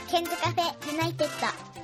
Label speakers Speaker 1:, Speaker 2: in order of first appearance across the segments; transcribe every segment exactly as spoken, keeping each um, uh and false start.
Speaker 1: ケンズカフェユナイテッド。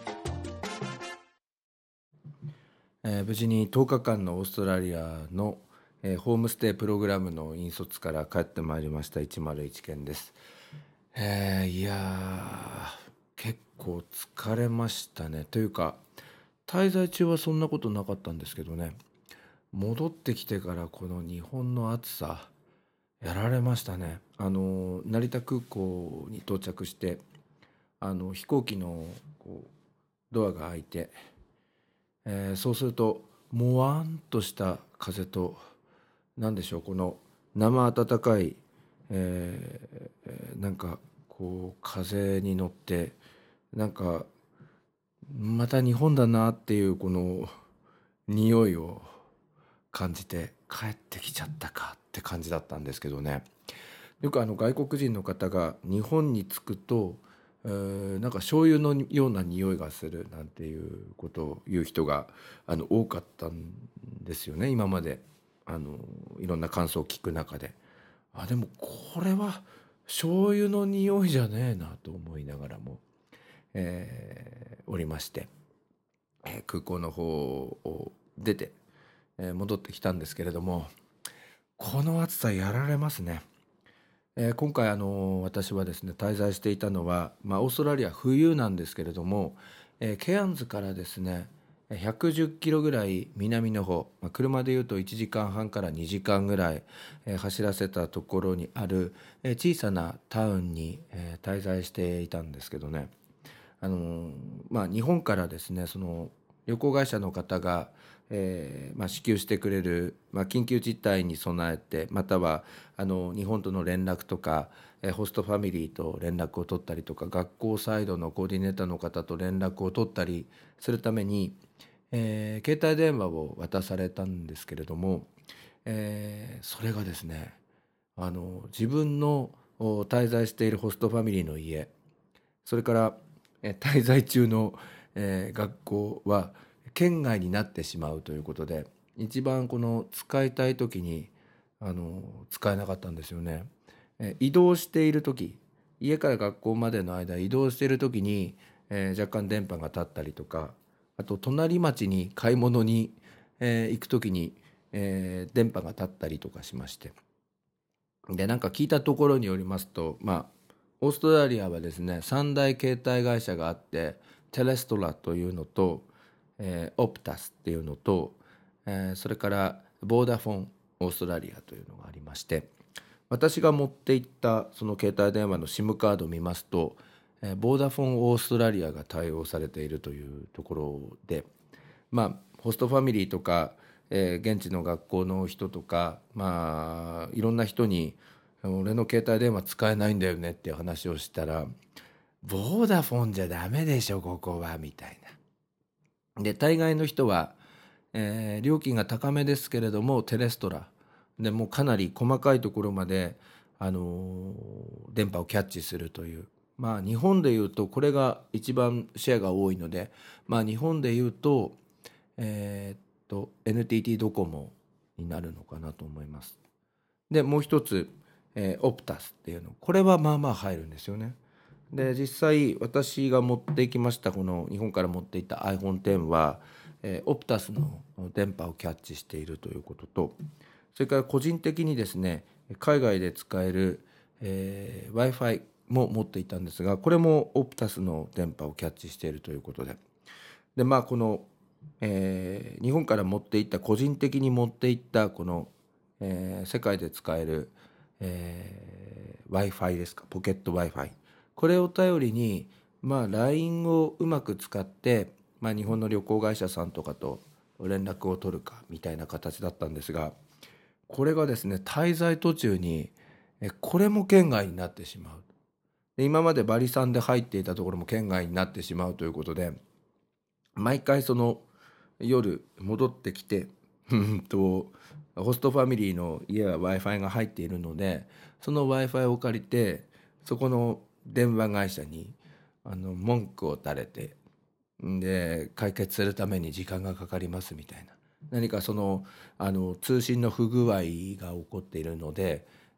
Speaker 2: えー無事にとおかかんのオーストラリアの、えーホームステイプログラムの引率から帰ってまいりましたいちまるいちけんです。えーいやー結構疲れましたね。というか滞在中はそんなことなかったんですけどね、戻ってきてからこの日本の暑さやられましたね。あの成田空港に到着して、あの飛行機のこうドアが開いて、えーそうするともわんとした風と、何でしょう、この生暖かい、えーえーなんかこう風に乗って、なんかまた日本だなっていうこの匂いを感じて、帰ってきちゃったかって感じだったんですけどね。よくあの外国人の方が日本に着くと、えーなんか醤油のような匂いがするなんていうことを言う人があの多かったんですよね、今まで。あのいろんな感想を聞く中で、あでもこれは醤油の匂いじゃねえなと思いながらも、えーおりまして、えー空港の方を出て、えー戻ってきたんですけれども、この暑さやられますね。えー今回あの私はですね滞在していたのは、まあ、オーストラリア冬なんですけれども、えーケアンズからですねひゃくじゅっキロぐらい南の方、まあ、車でいうといちじかんはんからにじかんぐらい、えー走らせたところにある、えー小さなタウンに、えー滞在していたんですけどね、あのまあ、日本からですねその旅行会社の方が、えーまあ、支給してくれる、まあ、緊急事態に備えて、またはあの日本との連絡とか、えーホストファミリーと連絡を取ったりとか、学校サイドのコーディネーターの方と連絡を取ったりするために、えー携帯電話を渡されたんですけれども、えーそれがですね、あの自分のお滞在しているホストファミリーの家、それからえ滞在中の、えー学校は県外になってしまうということで、一番この使いたい時にあの使えなかったんですよね。え移動している時、家から学校までの間移動している時に、えー若干電波が立ったりとか、あと隣町に買い物に、えー行く時に、えー電波が立ったりとかしまして、でなんか聞いたところによりますと、まあオーストラリアはですねさんだい携帯会社があって、テレストラというのと、えーオプタスっていうのと、えーそれからボーダフォンオーストラリアというのがありまして、私が持っていったその携帯電話の SIM カードを見ますと、えーボーダフォンオーストラリアが対応されているというところで、まあホストファミリーとか、えー現地の学校の人とか、まあいろんな人に俺の携帯電話使えないんだよねっていう話をしたら、ボーダフォンじゃダメでしょここはみたいな。で大概の人は、えー料金が高めですけれどもテレストラでもうかなり細かいところまで、あのー電波をキャッチするという、まあ日本でいうとこれが一番シェアが多いので、まあ日本でいうとえーっと エヌティーティー ドコモになるのかなと思います。でもう一つ、えーオプタスっていうの、これはまあまあ入るんですよね。で実際私が持ってきましたこの日本から持っていた アイフォンテン は、えーオプタスの電波をキャッチしているということと、それから個人的にですね海外で使える、えー Wi-Fi も持っていたんですが、これもオプタスの電波をキャッチしているということで、でまあこの、えー日本から持っていった個人的に持っていったこの、えー世界で使える、えー Wi-Fi ですか、ポケット Wi-Fi、これを頼りに、まあ、ライン をうまく使って、まあ、日本の旅行会社さんとかと連絡を取るかみたいな形だったんですが、これがですね滞在途中にえこれも県外になってしまう。で今までバリさんで入っていたところも県外になってしまうということで、毎回その夜戻ってきてうんとホストファミリーの家は Wi-Fi が入っているので、その Wi-Fi を借りてそこの電話会社にあの文句を垂れて、で解決するために時間がかかりますみたいな、何かそのあの通信の不具合が起こっているので、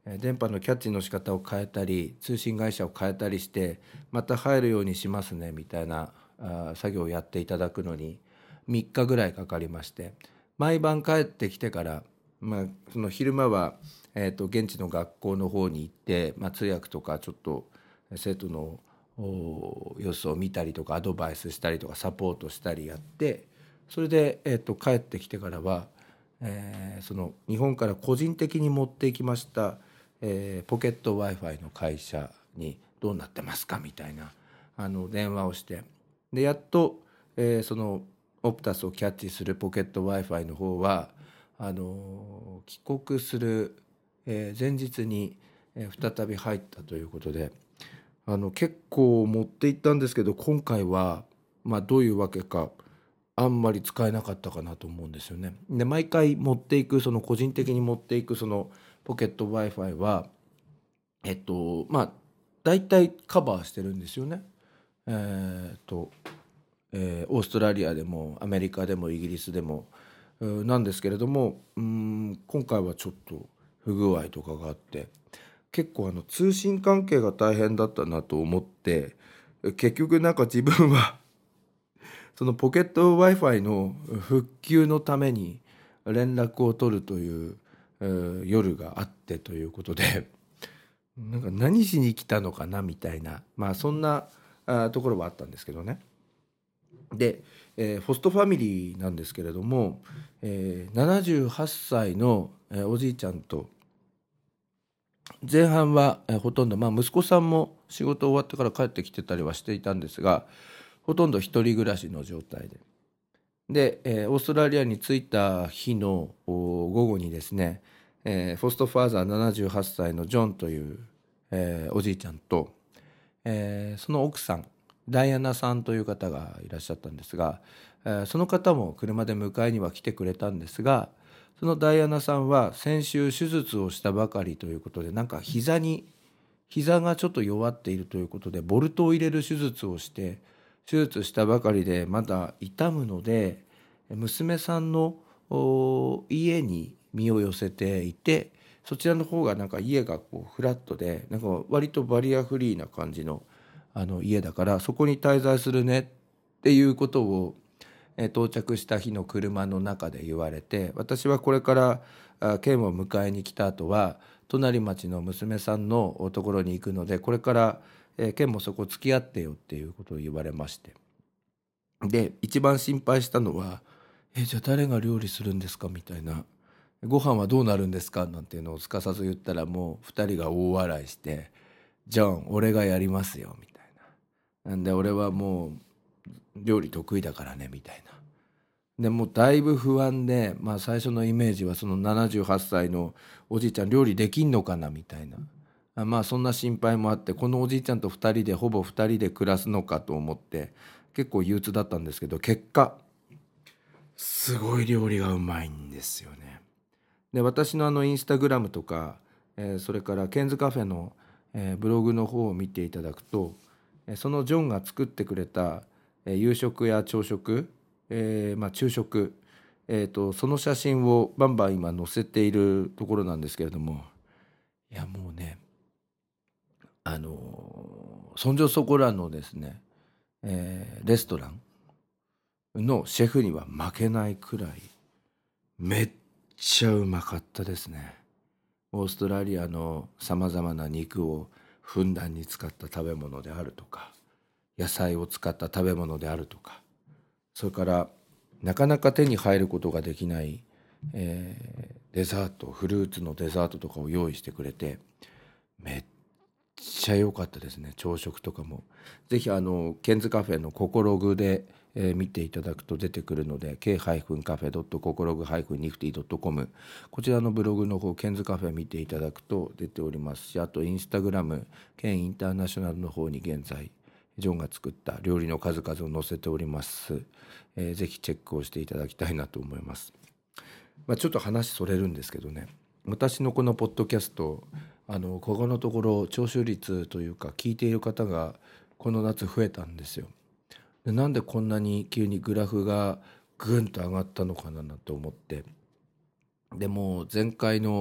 Speaker 2: 電波のキャッチの仕方を変えたり通信会社を変えたりしてまた入るようにしますねみたいなあ作業をやっていただくのにみっかぐらいかかりまして、毎晩帰ってきてから、まあ、その昼間は、えーと現地の学校の方に行って、まあ、通訳とかちょっと生徒の様子を見たりとかアドバイスしたりとかサポートしたりやって、それで、えーと帰ってきてからは、えーその日本から個人的に持っていきましたえーポケット Wi-Fi の会社にどうなってますかみたいなあの電話をして、でやっと、えーそのオプタスをキャッチするポケット Wi-Fi の方はあの帰国する、えー前日に、えー再び入ったということで、あの結構持って行ったんですけど、今回は、まあ、どういうわけかあんまり使えなかったかなと思うんですよね。で毎回持っていくその個人的に持っていくそのポケット Wi-Fi はえっとまあ大体カバーしてるんですよね。えーっと、えーオーストラリアでもアメリカでもイギリスでもうなんですけれども、うーん今回はちょっと不具合とかがあって結構あの通信関係が大変だったなと思って、結局なんか自分はそのポケット Wi-Fi の復旧のために連絡を取るという、えー夜があってということで、なんか何しに来たのかなみたいな、まあそんなあところはあったんですけどね。で、えーホストファミリーなんですけれども、えーななじゅうはっさいの、えーおじいちゃんと、前半は、えーほとんど、まあ、息子さんも仕事終わってから帰ってきてたりはしていたんですが、ほとんど一人暮らしの状態で。で、えーオーストラリアに着いた日のお午後にですね、えーフォストファーザーななじゅうはっさいのジョンという、えーおじいちゃんと、えーその奥さんダイアナさんという方がいらっしゃったんですが、えーその方も車で迎えには来てくれたんですが、そのダイアナさんは先週手術をしたばかりということで、なんか膝に膝がちょっと弱っているということでボルトを入れる手術をして手術したばかりでまだ痛むので、娘さんのお家に身を寄せていて、そちらの方がなんか家がこうフラットでなんか割とバリアフリーな感じのあの家だからそこに滞在するねっていうことを、え到着した日の車の中で言われて、私はこれからあケンを迎えに来た後は隣町の娘さんのところに行くので、これから、えケンもそこ付き合ってよっていうことを言われまして、で一番心配したのは「えじゃあ誰が料理するんですか?」みたいな「ご飯はどうなるんですか?」なんていうのをすかさず言ったら、もうふたりが大笑いして「ジョン俺がやりますよ」みたいな。なんで俺はもう料理得意だからねみたいな。でもうだいぶ不安で、まあ、最初のイメージはそのななじゅうはっさいのおじいちゃん料理できんのかなみたいな、あまあそんな心配もあって、このおじいちゃんとふたりでほぼふたりで暮らすのかと思って結構憂鬱だったんですけど、結果すごい料理がうまいんですよね。で私のあのインスタグラムとか、えーそれからケンズカフェの、えーブログの方を見ていただくと、えーそのジョンが作ってくれた、えー夕食や朝食、えーまあ、昼食、えーとその写真をバンバン今載せているところなんですけれども、いやもうね、あのーそんじょそこらのですね、えーレストランのシェフには負けないくらいめっちゃうまかったですね。オーストラリアのさまざまな肉をふんだんに使った食べ物であるとか、野菜を使った食べ物であるとか、それからなかなか手に入ることができない、えーデザート、フルーツのデザートとかを用意してくれて、めっちゃ良かったですね。朝食とかもぜひあのケンズカフェのココログで、えー見ていただくと出てくるので ケー カフェ ココログ ニフティ .com こちらのブログの方ケンズカフェ見ていただくと出ておりますし、あとインスタグラムケンインターナショナルの方に現在ジョンが作った料理の数々を載せております、えーぜひチェックをしていただきたいなと思います。まあ、ちょっと話それるんですけどね、私のこのポッドキャスト、あのここのところ聴取率というか聞いている方がこの夏増えたんですよ。でなんでこんなに急にグラフがぐんと上がったのかなと思って、でもう前回の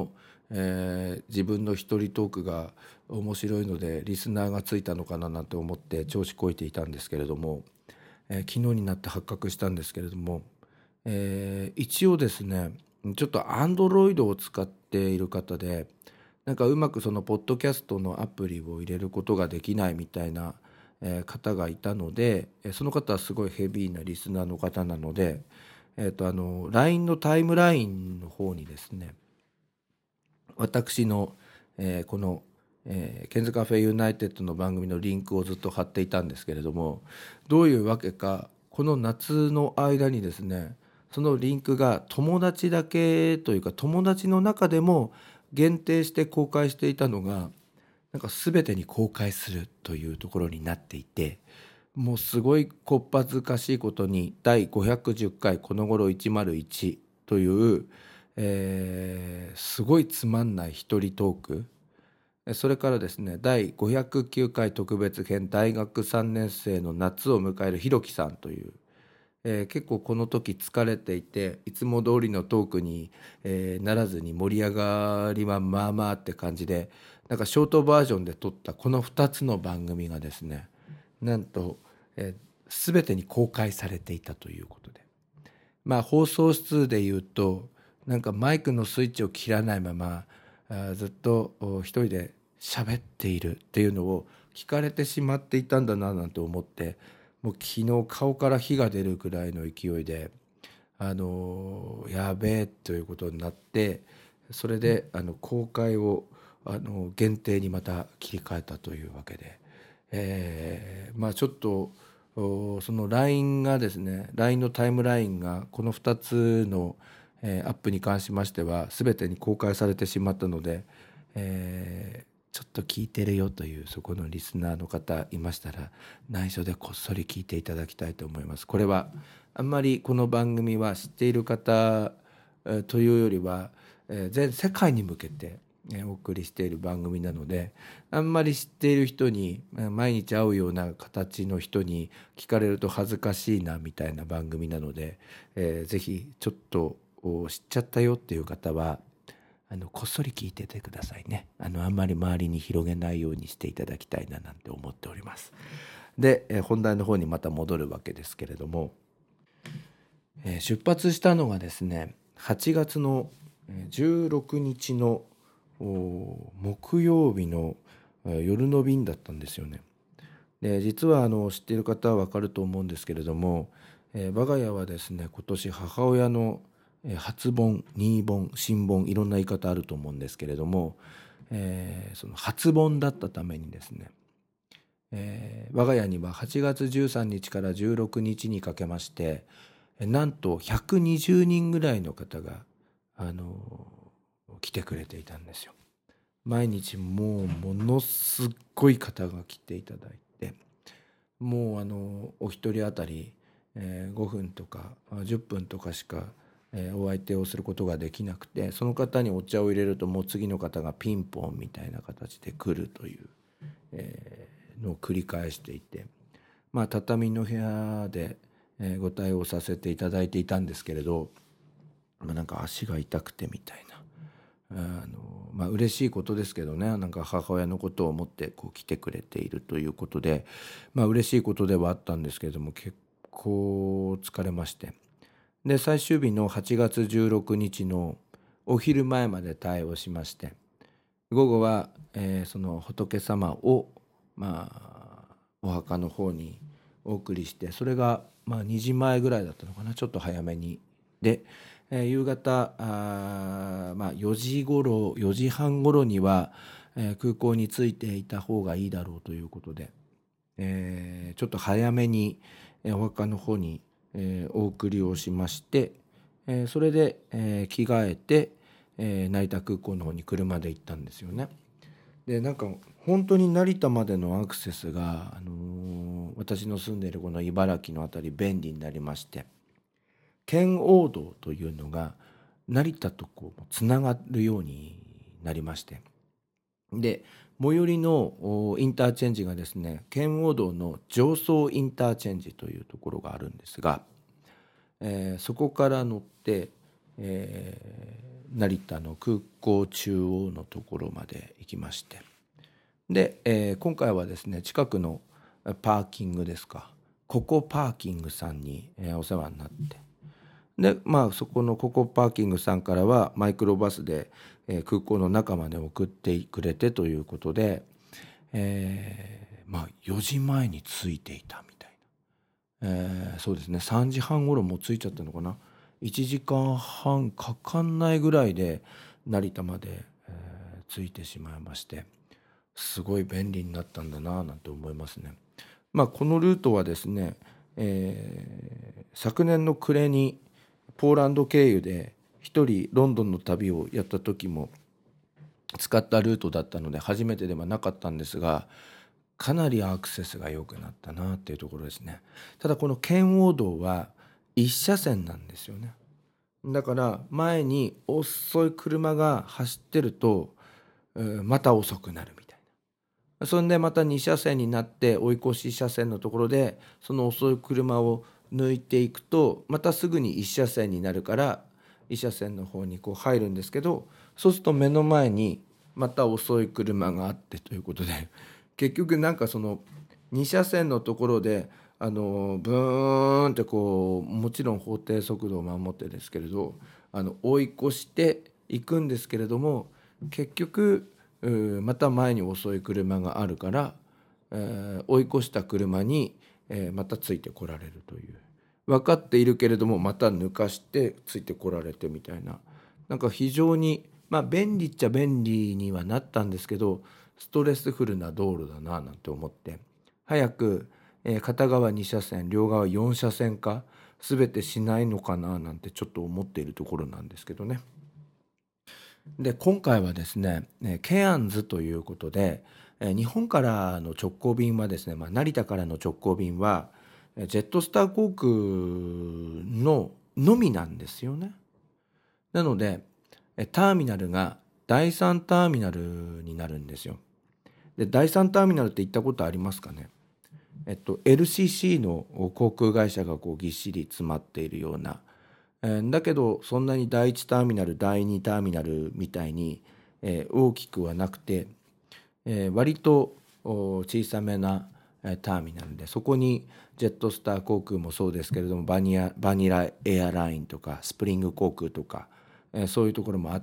Speaker 2: えー自分の一人トークが面白いのでリスナーがついたのかななんて思って調子こいていたんですけれども、えー昨日になって発覚したんですけれども、えー一応ですね、ちょっと Android を使っている方で、なんかうまくそのポッドキャストのアプリを入れることができないみたいな、えー方がいたので、えーその方はすごいヘビーなリスナーの方なので、えーとあの ライン のタイムラインの方にですね、私の、えーこの、えーケンズカフェユナイテッドの番組のリンクをずっと貼っていたんですけれども、どういうわけかこの夏の間にですね、そのリンクが友達だけというか友達の中でも限定して公開していたのが、なんか全てに公開するというところになっていて、もうすごいこっぱずかしいことにだいごひゃくじゅっかいこの頃いちまるいちという、えーすごいつまんない一人トーク、えそれからですねだいごひゃくきゅうかい特別編大学さんねん生の夏を迎えるひろきさんという、えー結構この時疲れていていつも通りのトークに、えーならずに盛り上がりはまあまあって感じで、なんかショートバージョンで撮ったこのふたつの番組がですね、なんと、えー、全てに公開されていたということで、まあ放送室で言うとなんかマイクのスイッチを切らないままあーずっとお一人で喋っているっていうのを聞かれてしまっていたんだななんて思って、もう昨日顔から火が出るくらいの勢いで、あのーやべえということになって、それであの公開をあの限定にまた切り替えたというわけで、えーまあちょっとおその ライン がですね ライン のタイムラインがこのふたつの、えーアップに関しましては全てに公開されてしまったので、えーちょっと聞いてるよというそこのリスナーの方いましたら内緒でこっそり聞いていただきたいと思います。これはあんまりこの番組は知っている方えーというよりは、えー全世界に向けてえーお送りしている番組なので、あんまり知っている人にえー毎日会うような形の人に聞かれると恥ずかしいなみたいな番組なので、えーぜひちょっとお知っちゃったよっていう方はあのこっそり聞いててくださいね。あのあんまり周りに広げないようにしていただきたいななんて思っております。で、えー本題の方にまた戻るわけですけれども、えー出発したのがですねはちがつのえーじゅうろくにちのお木曜日のえー夜の便だったんですよね。で実はあの知っている方は分かると思うんですけれども、えー我が家はですね今年母親のえー初盆新盆新盆いろんな言い方あると思うんですけれども、えーその初盆だったためにですね、えー我が家にははちがつじゅうさんにちからじゅうろくにちにかけましてえなんとひゃくにじゅうにんぐらいの方があの来てくれていたんですよ。毎日もうものすっごい方が来ていただいて、もうあのお一人当たり、えーごふんとかあじゅっぷんとかしか、えーお相手をすることができなくて、その方にお茶を入れるともう次の方がピンポンみたいな形で来るという、えーのを繰り返していて、まあ畳の部屋で、えーご対応させていただいていたんですけれど、まあ、なんか足が痛くてみたいな、あのまあ嬉しいことですけどね、なんか母親のことを思ってこう来てくれているということで、まあ嬉しいことではあったんですけれども、結構疲れまして、で最終日のはちがつじゅうろくにちのお昼前まで対応しまして、午後は、えーその仏様をまあお墓の方にお送りして、それがまあにじまえぐらいだったのかな、ちょっと早めにで、えー夕方あーまあよじ頃よじはん頃には、えー空港に着いていた方がいいだろうということで、えーちょっと早めに、えーお墓の方に、えーお送りをしまして、えーそれで、えー着替えて、えー成田空港の方に車で行ったんですよね。でなんか本当に成田までのアクセスが、あのー私の住んでいるこの茨城のあたり便利になりまして、圏央道というのが成田とこうつながるようになりまして、で最寄りのおインターチェンジがですね圏央道の常総インターチェンジというところがあるんですが、えーそこから乗って、 えー成田の空港中央のところまで行きまして、で、えー今回はですね近くのパーキングですか、ココパーキングさんに、えーお世話になって、でまあそこのココパーキングさんからはマイクロバスで、えー空港の中まで送ってくれてということで、えーまあよじまえに着いていたみたいな、えーそうですねさんじはん頃もう着いちゃったのかな、いちじかんはんかかんないぐらいで成田まで、えー着いてしまいまして、すごい便利になったんだななんて思いますね。まあこのルートはですね、えー昨年の暮れにポーランド経由で一人ロンドンの旅をやった時も使ったルートだったので初めてではなかったんですが、かなりアクセスが良くなったなっていうところですね。ただこの圏央道は一車線なんですよね。だから前に遅い車が走ってると、えーまた遅くなるみたいな。そんでまたに車線になって追い越し車線のところでその遅い車を抜いていくとまたすぐにいち車線になるからいち車線の方にこう入るんですけど、そうすると目の前にまた遅い車があってということで、結局なんかそのに車線のところであのブーンってこうもちろん法定速度を守ってですけれどあの追い越していくんですけれども、結局うーまた前に遅い車があるから、えー追い越した車に、えーまたついてこられるという、分かっているけれどもまた抜かしてついてこられてみたいな、なんか非常にまあ便利っちゃ便利にはなったんですけどストレスフルな道路だななんて思って、早く、えー片側に車線両側よん車線化全てしないのかななんてちょっと思っているところなんですけどね。で今回はですね、えーケアンズということで、えー日本からの直行便はですね、まあ、成田からの直行便はえージェットスター航空ののみなんですよね。なのでえーターミナルがだいさんターミナルになるんですよ。でだいさんターミナルって行ったことありますかね。えっと エルシーシー の航空会社がこうぎっしり詰まっているような、えーだけどそんなにだいいちターミナルだいにターミナルみたいに、えー大きくはなくて、えー割とお小さめなえーターミナルで、そこにジェットスター航空もそうですけれどもバニアバニラエアラインとかスプリング航空とか、えーそういうところもあって、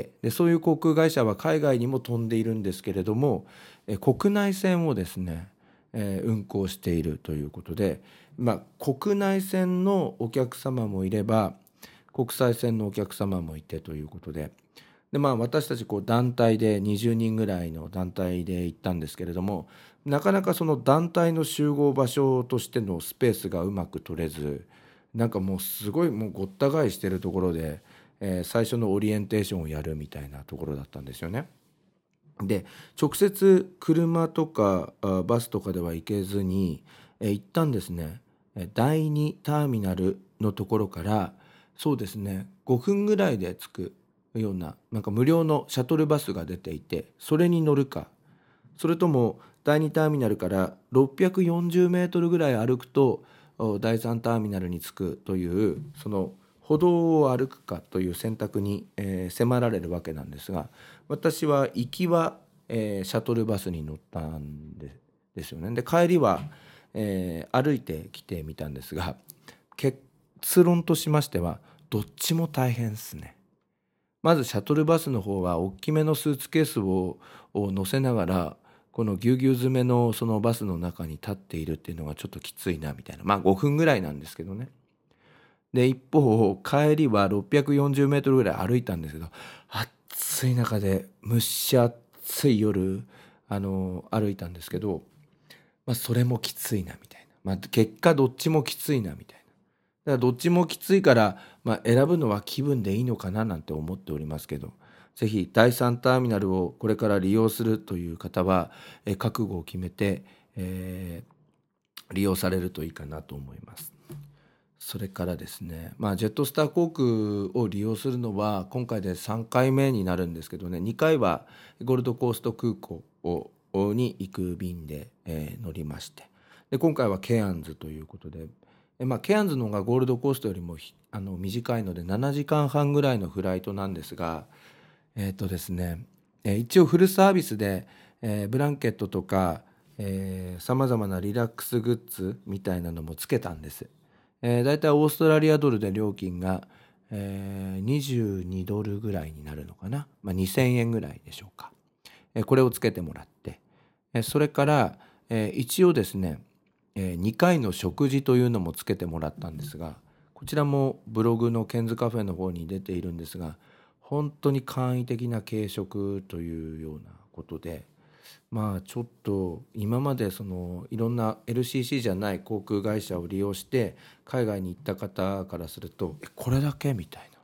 Speaker 2: でそういう航空会社は海外にも飛んでいるんですけれども、えー国内線をですね、えー運航しているということで、まあ、国内線のお客様もいれば国際線のお客様もいてということで、でまあ私たちこう団体でにじゅうにんぐらいの団体で行ったんですけれども、なかなかその団体の集合場所としてのスペースがうまく取れず、なんかもうすごいもうごった返してるところで、えー最初のオリエンテーションをやるみたいなところだったんですよね。で直接車とかあバスとかでは行けずに、えー一旦ですねえーだいにターミナルのところからそうですねごふんぐらいで着くような、なんか無料のシャトルバスが出ていてそれに乗るか、それともだいにターミナルからろっぴゃくよんじゅうメートルぐらい歩くとおだいさんターミナルに着くというその歩道を歩くかという選択に、えー迫られるわけなんですが、私は行きは、えーシャトルバスに乗ったんでですよね。で帰りは、えー歩いてきてみたんですが、結論としましてはどっちも大変ですね。まずシャトルバスの方は大きめのスーツケースをを乗せながらこのぎゅうぎゅう詰めのそのバスの中に立っているっていうのがちょっときついなみたいな、まあごふんぐらいなんですけどね。で一方帰りはろっぴゃくよんじゅうメートルぐらい歩いたんですけど、暑い中で蒸し暑い夜あの歩いたんですけど、まあ、それもきついなみたいな、まあ、結果どっちもきついなみたいな。だからどっちもきついから、まあ、選ぶのは気分でいいのかななんて思っておりますけど、ぜひだいさんターミナルをこれから利用するという方はえ覚悟を決めて、えー利用されるといいかなと思います。それからですね、まあ、ジェットスター航空を利用するのは今回でさんかいめになるんですけどね、にかいはゴールドコースト空港をに行く便で、えー乗りまして、で今回はケアンズということで、 えまあ、ケアンズの方がゴールドコーストよりもひあの短いのでななじかんはんぐらいのフライトなんですが、えっとですね、えー一応フルサービスで、えーブランケットとかさまざまなリラックスグッズみたいなのもつけたんです。えー、だいたいオーストラリアドルで料金が、えーにじゅうにドルぐらいになるのかな、まあ、にせんえんぐらいでしょうか。えーこれをつけてもらって、えーそれから、えー一応ですね、えーにかいの食事というのもつけてもらったんですが、こちらもブログのケンズカフェの方に出ているんですが、本当に簡易的な軽食というようなことで、まあちょっと今までそのいろんな エルシーシー じゃない航空会社を利用して海外に行った方からすると、えこれだけみたいな、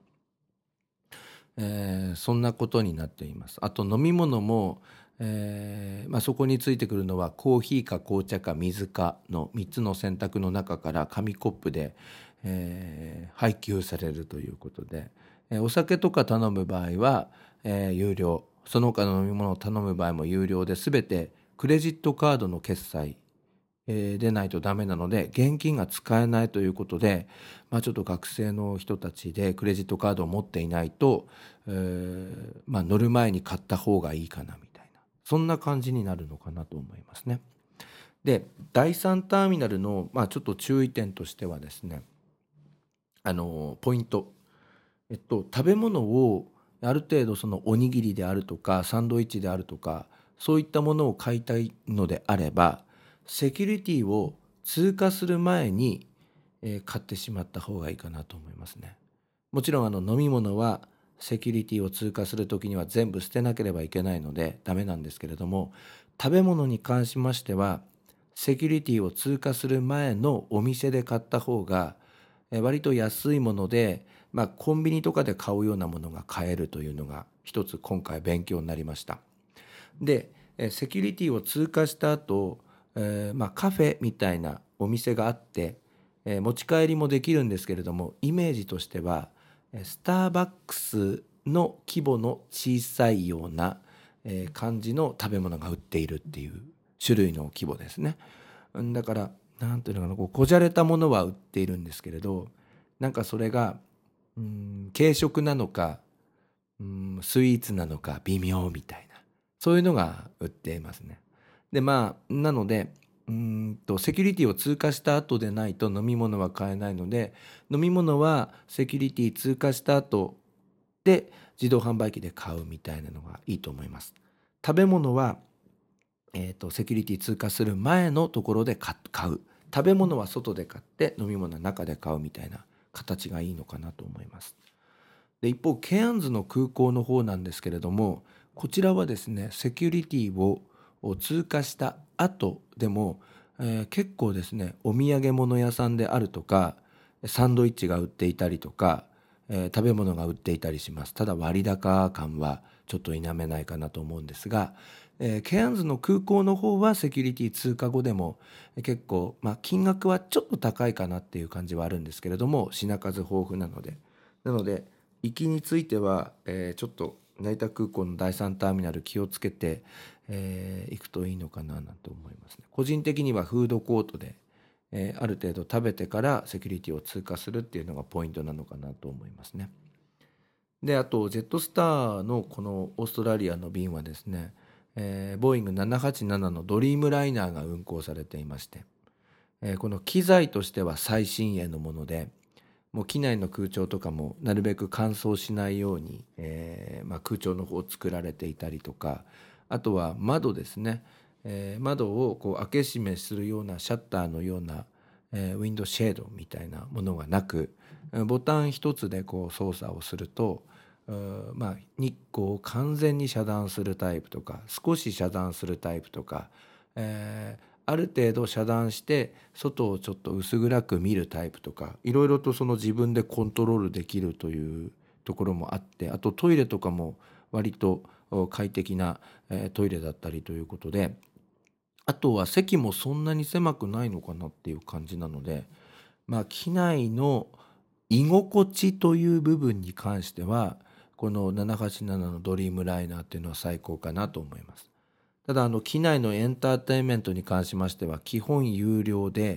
Speaker 2: えーそんなことになっています。あと飲み物も、えーまあ、そこについてくるのはコーヒーか紅茶か水かのみっつの選択の中から紙コップで、えー配給されるということで、えーお酒とか頼む場合は、えー有料、その他の飲み物を頼む場合も有料で、全てクレジットカードの決済えーでないとダメなので、現金が使えないということで、まあ、ちょっと学生の人たちでクレジットカードを持っていないと、えーまあ、乗る前に買った方がいいかなみたいな、そんな感じになるのかなと思いますね。で、だいさんターミナルの、まあ、ちょっと注意点としてはですね、あのポイント、えっと、食べ物をある程度そのおにぎりであるとかサンドイッチであるとかそういったものを買いたいのであれば、セキュリティを通過する前に、えー買ってしまった方がいいかなと思いますね。もちろんあの飲み物はセキュリティを通過するときには全部捨てなければいけないのでダメなんですけれども、食べ物に関しましてはセキュリティを通過する前のお店で買った方がえ割と安いもので、まあ、コンビニとかで買うようなものが買えるというのが一つ今回勉強になりました。で、えセキュリティを通過した後、えーまあ、カフェみたいなお店があって、えー持ち帰りもできるんですけれども、イメージとしてはえースターバックスの規模の小さいような、えー感じの食べ物が売っているっていう種類の規模ですね。うんだからなんていうのかな、こうこじゃれたものは売っているんですけれど、なんかそれがうん軽食なのかうんスイーツなのか微妙みたいな、そういうのが売っていますね。でまあなので、うーんとセキュリティを通過した後でないと飲み物は買えないので、飲み物はセキュリティ通過した後で自動販売機で買うみたいなのがいいと思います。食べ物は、えーとセキュリティ通過する前のところで買買う。食べ物は外で買って飲み物は中で買うみたいな形がいいのかなと思います。で一方ケアンズの空港の方なんですけれども、こちらはですねセキュリティをを通過した後でも、えー結構ですねお土産物屋さんであるとかサンドイッチが売っていたりとか、えー食べ物が売っていたりします。ただ割高感はちょっと否めないかなと思うんですが、えーケアンズの空港の方はセキュリティ通過後でもえー結構、まあ、金額はちょっと高いかなっていう感じはあるんですけれども、品数豊富なのでなので行きについては、えーちょっと成田空港のだいさんターミナル気をつけて、えー行くといいのかななんて思いますね。個人的にはフードコートで、えーある程度食べてからセキュリティを通過するっていうのがポイントなのかなと思いますね。であとジェットスターのこのオーストラリアの便はですね、えーボーイングななはちななのドリームライナーが運航されていまして、えーこの機材としては最新鋭のもので、もう機内の空調とかもなるべく乾燥しないように、えーまあ、空調の方を作られていたりとか、あとは窓ですね、えー窓をこう開け閉めするようなシャッターのような、えーウィンドウシェードみたいなものがなく、ボタン一つでこう操作をすると、うーまあ、日光を完全に遮断するタイプとか少し遮断するタイプとか、えーある程度遮断して外をちょっと薄暗く見るタイプとか、いろいろとその自分でコントロールできるというところもあって、あとトイレとかも割と快適なえートイレだったりということで、あとは席もそんなに狭くないのかなっていう感じなので、まあ機内の居心地という部分に関してはこのななはちななのドリームライナーっていうのは最高かなと思います。ただあの機内のエンターテインメントに関しましては基本有料で、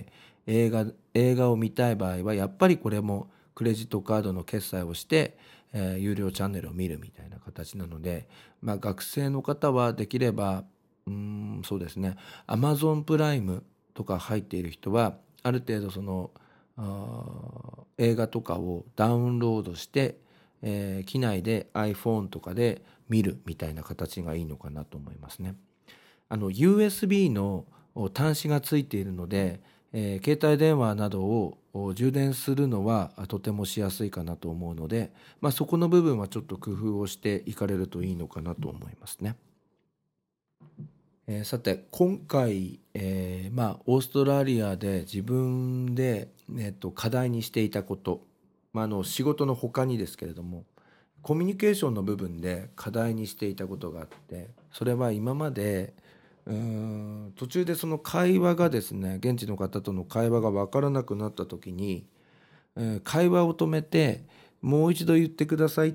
Speaker 2: 映画映画を見たい場合はやっぱりこれもクレジットカードの決済をして、えー有料チャンネルを見るみたいな形なので、まあ、学生の方はできればうーんそうですね Amazon プライムとか入っている人はある程度そのあー映画とかをダウンロードして、えー機内で iPhone とかで見るみたいな形がいいのかなと思いますね。あの ユーエスビー のお端子がついているので、えー携帯電話などをお充電するのはあとてもしやすいかなと思うので、まあ、そこの部分はちょっと工夫をしていかれるといいのかなと思いますね。えーさて今回、えーまあ、オーストラリアで自分で、えっと、課題にしていたこと、まあ、あの仕事の他にですけれどもコミュニケーションの部分で課題にしていたことがあって、それは今までうーん途中でその会話がですね現地の方との会話が分からなくなった時に、えー会話を止めてもう一度言ってくださいって、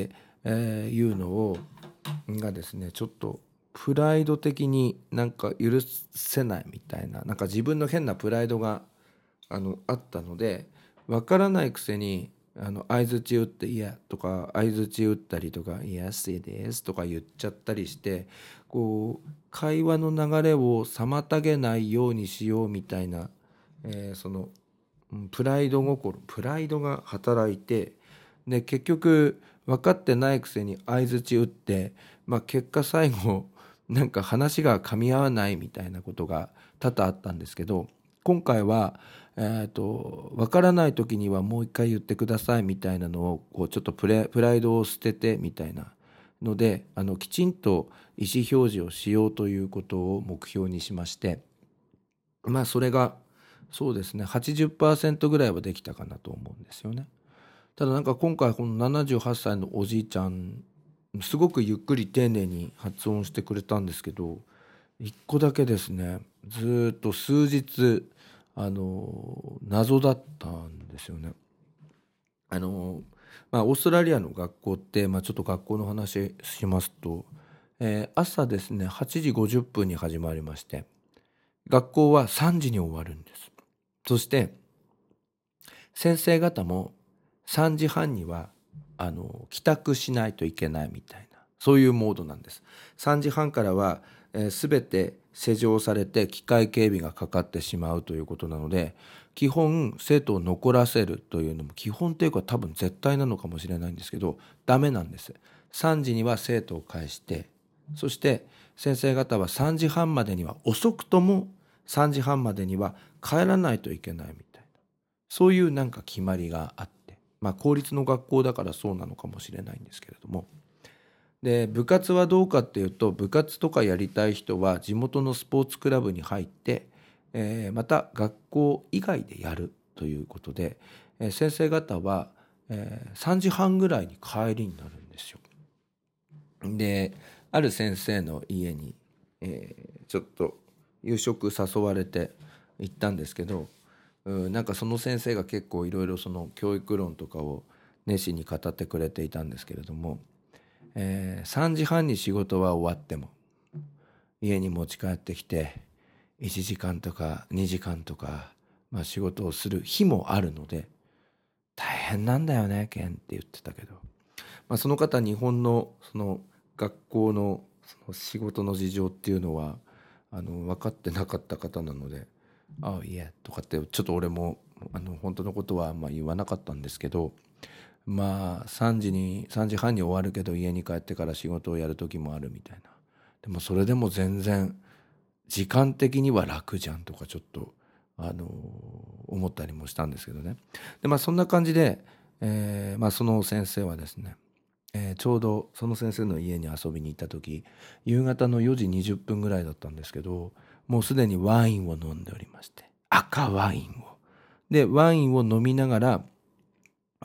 Speaker 2: えーいうのをがですねちょっとプライド的になんか許せないみたいな、なんか自分の変なプライドがあのあったので、分からないくせにあの相槌打って「いや」とか相槌打ったりとか「イエスです」とか言っちゃったりして、こう会話の流れを妨げないようにしようみたいな、えーそのうんプライド心プライドが働いて、で結局分かってないくせに相槌打って、まあ、結果最後なんか話が噛み合わないみたいなことが多々あったんですけど、今回は、えー、と分からない時にはもう一回言ってくださいみたいなのをこうちょっとプレプライドを捨ててみたいなので、あのきちんと意思表示をしようということを目標にしまして、まあそれがそうですねはちじゅっパーセントぐらいはできたかなと思うんですよね。ただなんか今回このななじゅうはっさいのおじいちゃんすごくゆっくり丁寧に発音してくれたんですけど、一個だけですねずーっと数日あの謎だったんですよね。あのまあオーストラリアの学校って、まあ、ちょっと学校の話しますと、えー朝ですねはちじごじゅっぷんに始まりまして、学校はさんじに終わるんです。そして先生方もさんじはんにはあの帰宅しないといけないみたいな、そういうモードなんです。さんじはんからは、えー、全て施錠されて機械警備がかかってしまうということなので、基本生徒を残らせるというのも基本というか多分絶対なのかもしれないんですけどダメなんです。さんじには生徒を返して、そして先生方はさんじはんまでには遅くともさんじはんまでには帰らないといけないみたいな、そういうなんか決まりがあって、まあ公立の学校だからそうなのかもしれないんですけれども、で部活はどうかっていうと、部活とかやりたい人は地元のスポーツクラブに入って、えーまた学校以外でやるということで、えー先生方は、えーさんじはんぐらいに帰りになるんですよ。である先生の家に、えーちょっと夕食誘われて行ったんですけど、うんなんかその先生が結構いろいろその教育論とかを熱心に語ってくれていたんですけれども、えーさんじはんに仕事は終わっても家に持ち帰ってきていちじかんとかにじかんとか、まあ、仕事をする日もあるので大変なんだよねケンって言ってたけど、まあ、その方日本のその学校のその仕事の事情っていうのはあの分かってなかった方なので「ああいえ」とかってちょっと俺もあの本当のことはあんま言わなかったんですけど、まあさんじにさんじはんに終わるけど家に帰ってから仕事をやる時もあるみたいな。でもそれでも全然時間的には楽じゃんとかちょっとあの思ったりもしたんですけどね。でまあそんな感じで、えーまあ、その先生はですね、えーちょうどその先生の家に遊びに行った時夕方のよじにじゅっぷんぐらいだったんですけど、もうすでにワインを飲んでおりまして、赤ワインをでワインを飲みながら、うん、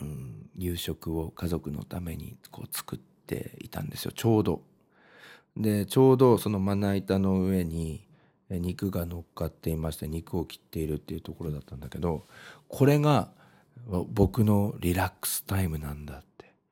Speaker 2: 夕食を家族のためにこう作っていたんですよ、ちょうど。でちょうどそのまな板の上にえ肉が乗っかっていまして肉を切っているっていうところだったんだけど、これが僕のリラックスタイムなんだって、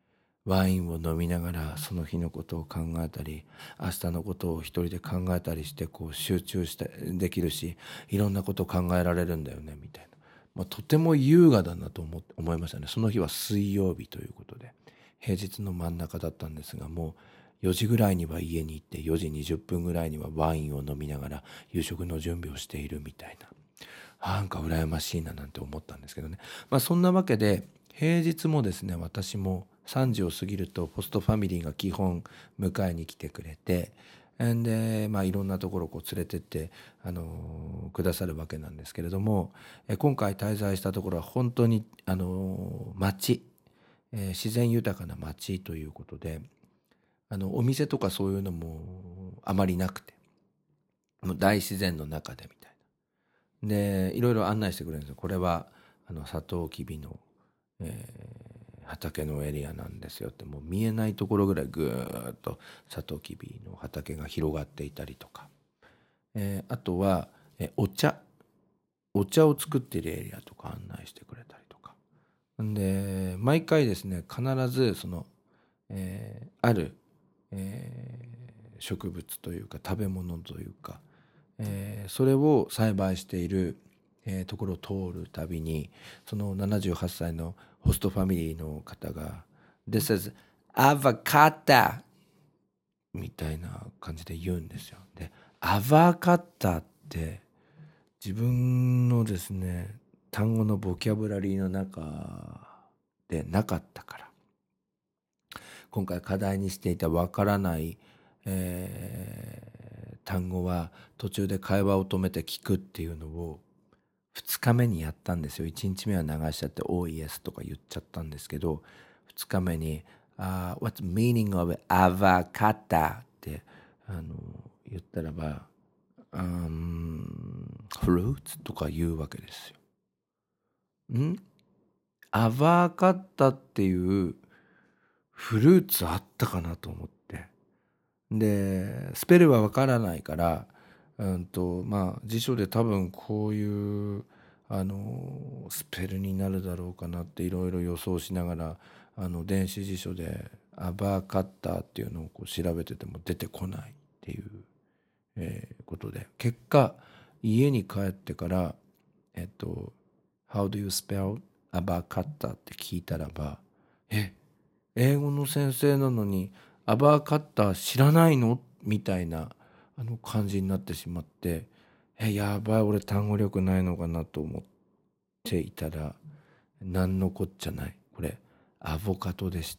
Speaker 2: ワインを飲みながらその日のことを考えたり、明日のことを一人で考えたりして、こう集中してできるし、いろんなことを考えられるんだよねみたいな、まあ、とても優雅だなと思って思いましたね。その日は水曜日ということで、平日の真ん中だったんですが、もうよじぐらいには家に行って、よじにじゅっぷんぐらいにはワインを飲みながら夕食の準備をしているみたいな、なんか羨ましいななんて思ったんですけどね。まあそんなわけで、平日もですね、私もさんじを過ぎるとホストファミリーが基本迎えに来てくれて、で、まあいろんなところをこう連れてって、あのーくださるわけなんですけれども、え今回滞在したところは本当に、あのー町、えー自然豊かな町ということで、あのお店とかそういうのもあまりなくて、もう大自然の中でみたいな。で、いろいろ案内してくれるんですよ。これはあのサトウキビの、えー畑のエリアなんですよって、もう見えないところぐらいぐーっとサトウキビの畑が広がっていたりとか、えーあとは、えーお茶お茶を作っているエリアとか案内してくれたりとか。んで、毎回ですね、必ずその、えーある、えー植物というか食べ物というか、えーそれを栽培している、えーところを通るたびに、そのななじゅうはっさいのホストファミリーの方が「This is avocado」みたいな感じで言うんですよ。で、アバカッタって自分のですね、単語のボキャブラリーの中でなかったから、今回課題にしていたわからない、えー単語は途中で会話を止めて聞くっていうのをふつかめにやったんですよ。いちにちめは流しちゃって「Oh yes」とか言っちゃったんですけど、ふつかめに「uh, What's the meaning of avocado?」ってあの言ったらば「um, fruits」とか言うわけですよ。んアバカッタっていうフルーツあったかなと思って。で、スペルはわからないから、うんと、まあ、辞書で多分こういう、あの、スペルになるだろうかなっていろいろ予想しながら、あの、電子辞書でアバカッタっていうのをこう調べてても出てこないっていう、えーことで、結果、家に帰ってから、えっと、How do you spell アバカッタって聞いたらば、え、英語の先生なのにアバーカッター知らないのみたいなあの感じになってしまって、えやばい、俺単語力ないのかなと思っていたら、何のこっちゃない、これアボカドでした。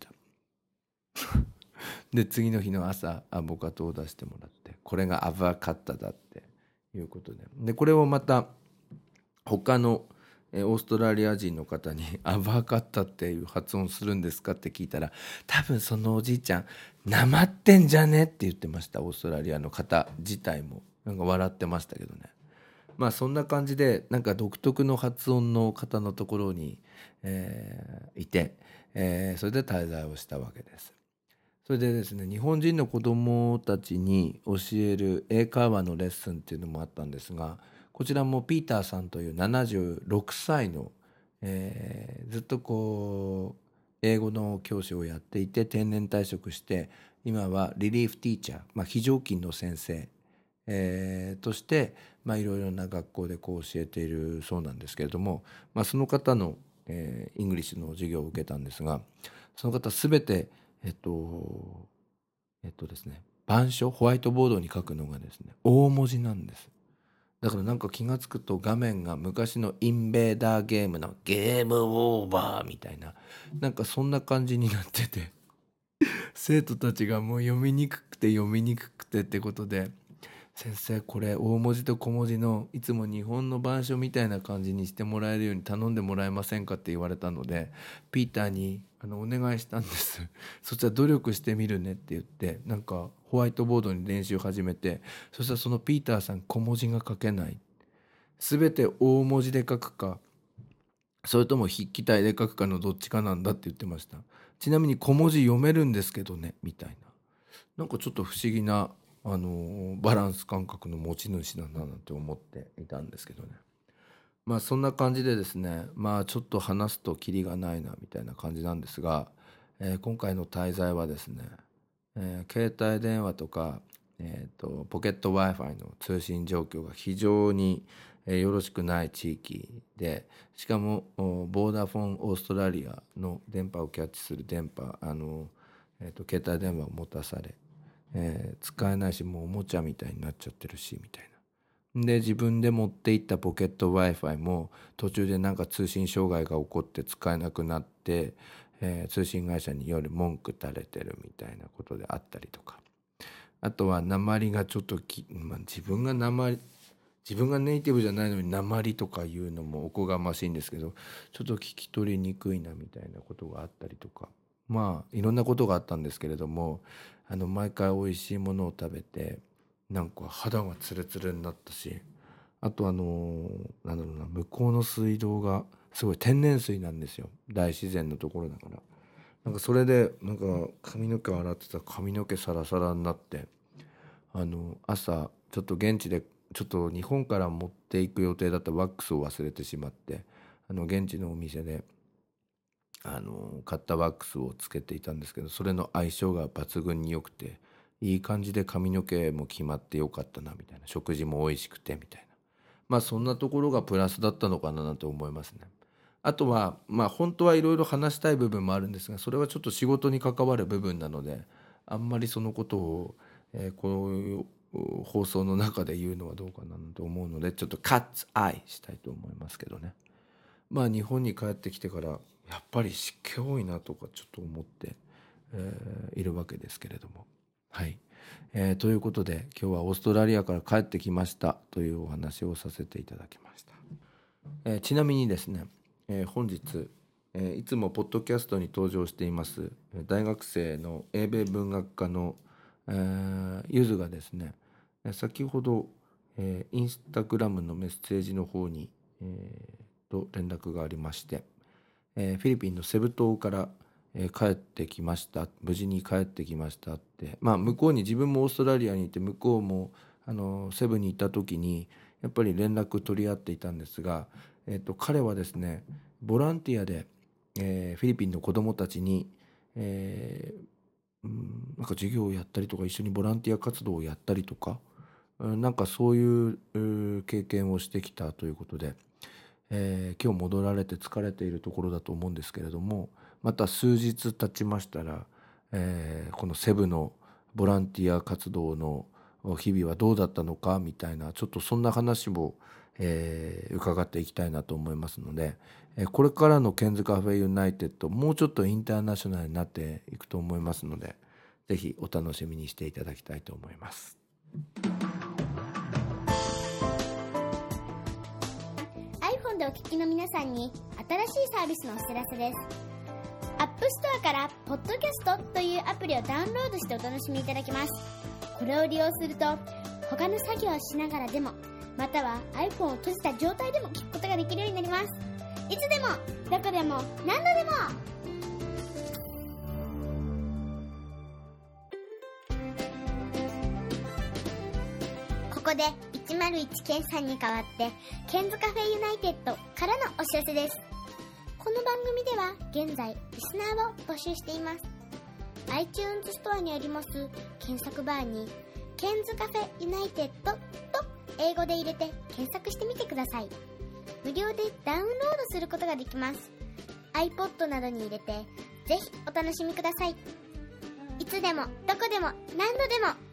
Speaker 2: で次の日の朝アボカドを出してもらって、これがアバーカッターだっていうことで、でこれをまた他のえーオーストラリア人の方にアバーカッタっていう発音するんですかって聞いたら、多分そのおじいちゃんなまってんじゃねって言ってました。オーストラリアの方自体もなんか笑ってましたけどね。まあそんな感じで、なんか独特の発音の方のところに、えーいて、えーそれで滞在をしたわけです。それでですね、日本人の子どもたちに教える英会話のレッスンっていうのもあったんですが、こちらもピーターさんというななじゅうろくさいの、えーずっとこう英語の教師をやっていて定年退職して、今はリリーフティーチャー、まあ、非常勤の先生、えーとして、まあ、いろいろな学校でこう教えているそうなんですけれども、まあ、その方の、えーイングリッシュの授業を受けたんですが、その方すべてえっと、えっとですね、板書、ホワイトボードに書くのがですね、大文字なんです。だからなんか気がつくと画面が昔のインベーダーゲームのゲームオーバーみたいな、なんかそんな感じになってて、生徒たちがもう読みにくくて読みにくくてってことで、先生これ大文字と小文字のいつも日本の板書みたいな感じにしてもらえるように頼んでもらえませんかって言われたので、ピーターにあのお願いしたんです。そしたら努力してみるねって言って、なんかホワイトボードに練習始めて、そしたらそのピーターさん小文字が書けない、全て大文字で書くかそれとも筆記体で書くかのどっちかなんだって言ってました。ちなみに小文字読めるんですけどねみたいな、なんかちょっと不思議なあのバランス感覚の持ち主だななんて思っていたんですけどね。まあそんな感じでですね、まあちょっと話すとキリがないなみたいな感じなんですが、 えー今回の滞在はですね、えー携帯電話とか、えーとポケット Wi-Fi の通信状況が非常に、えーよろしくない地域で、しかもおボーダフォンオーストラリアの電波をキャッチする電波あの、えーと携帯電話を持たされ、えー使えないし、もうおもちゃみたいになっちゃってるしみたいな。で、自分で持っていったポケット Wi-Fi も途中でなんか通信障害が起こって使えなくなって、えー通信会社による文句垂れてるみたいなことであったりとか、あとは訛りがちょっとき、まあ、自分が訛り自分がネイティブじゃないのに訛りとか言うのもおこがましいんですけど、ちょっと聞き取りにくいなみたいなことがあったりとか、まあいろんなことがあったんですけれども、あの毎回美味しいものを食べてなんか肌がツルツルになったし、あとあのなんだろうな、向こうの水道がすごい天然水なんですよ。大自然のところだから。なんかそれでなんか髪の毛洗ってたら髪の毛サラサラになって、あの朝ちょっと現地でちょっと日本から持っていく予定だったワックスを忘れてしまって、あの現地のお店であの買ったワックスをつけていたんですけど、それの相性が抜群に良くて、いい感じで髪の毛も決まってよかったなみたいな、食事も美味しくてみたいな、まあそんなところがプラスだったのかなと思いますね。あとはまあ本当はいろいろ話したい部分もあるんですが、それはちょっと仕事に関わる部分なので、あんまりそのことを、えーこういう放送の中で言うのはどうかなと思うので、ちょっとカッツアイしたいと思いますけどね。まあ日本に帰ってきてからやっぱり湿気多いなとかちょっと思って、えーいるわけですけれども、はい、えーということで今日はオーストラリアから帰ってきましたというお話をさせていただきました。えーちなみにですね、えー本日、えーいつもポッドキャストに登場していますえー大学生の英米文学科の、えーゆずがですね、えー先ほど、えーインスタグラムのメッセージの方に、えーと連絡がありまして、えーフィリピンのセブ島から、えー帰ってきました、無事に帰ってきましたって、まあ向こうに、自分もオーストラリアにいて向こうもあのセブに行った時にやっぱり連絡取り合っていたんですが、えー、と彼はですね、ボランティアで、えーフィリピンの子どもたちに、えーうんなんか授業をやったりとか、一緒にボランティア活動をやったりとか、うんなんかそういううー経験をしてきたということで、えー今日戻られて疲れているところだと思うんですけれども、また数日経ちましたら、えーこのセブのボランティア活動の日々はどうだったのかみたいな、ちょっとそんな話も、えー伺っていきたいなと思いますので、えーこれからのケンズカフェユナイテッド、もうちょっとインターナショナルになっていくと思いますので、ぜひお楽しみにしていただきたいと思います。
Speaker 1: iPhone でお聞きの皆さんに新しいサービスのお知らせです。App Store からポッドキャストというアプリをダウンロードしてお楽しみいただけます。これを利用すると他の作業をしながらでも、または iPhone を閉じた状態でも聞くことができるようになります。いつでもどこでも何度でも。ここでいちまるいちケンさんに代わってケンズカフェユナイテッドからのお知らせです。この番組では現在リスナーを募集しています。 iTunes ストアにあります検索バーにケンズカフェユナイテッドと英語で入れて検索してみてください。無料でダウンロードすることができます。 iPod などに入れてぜひお楽しみください。いつでもどこでも何度でも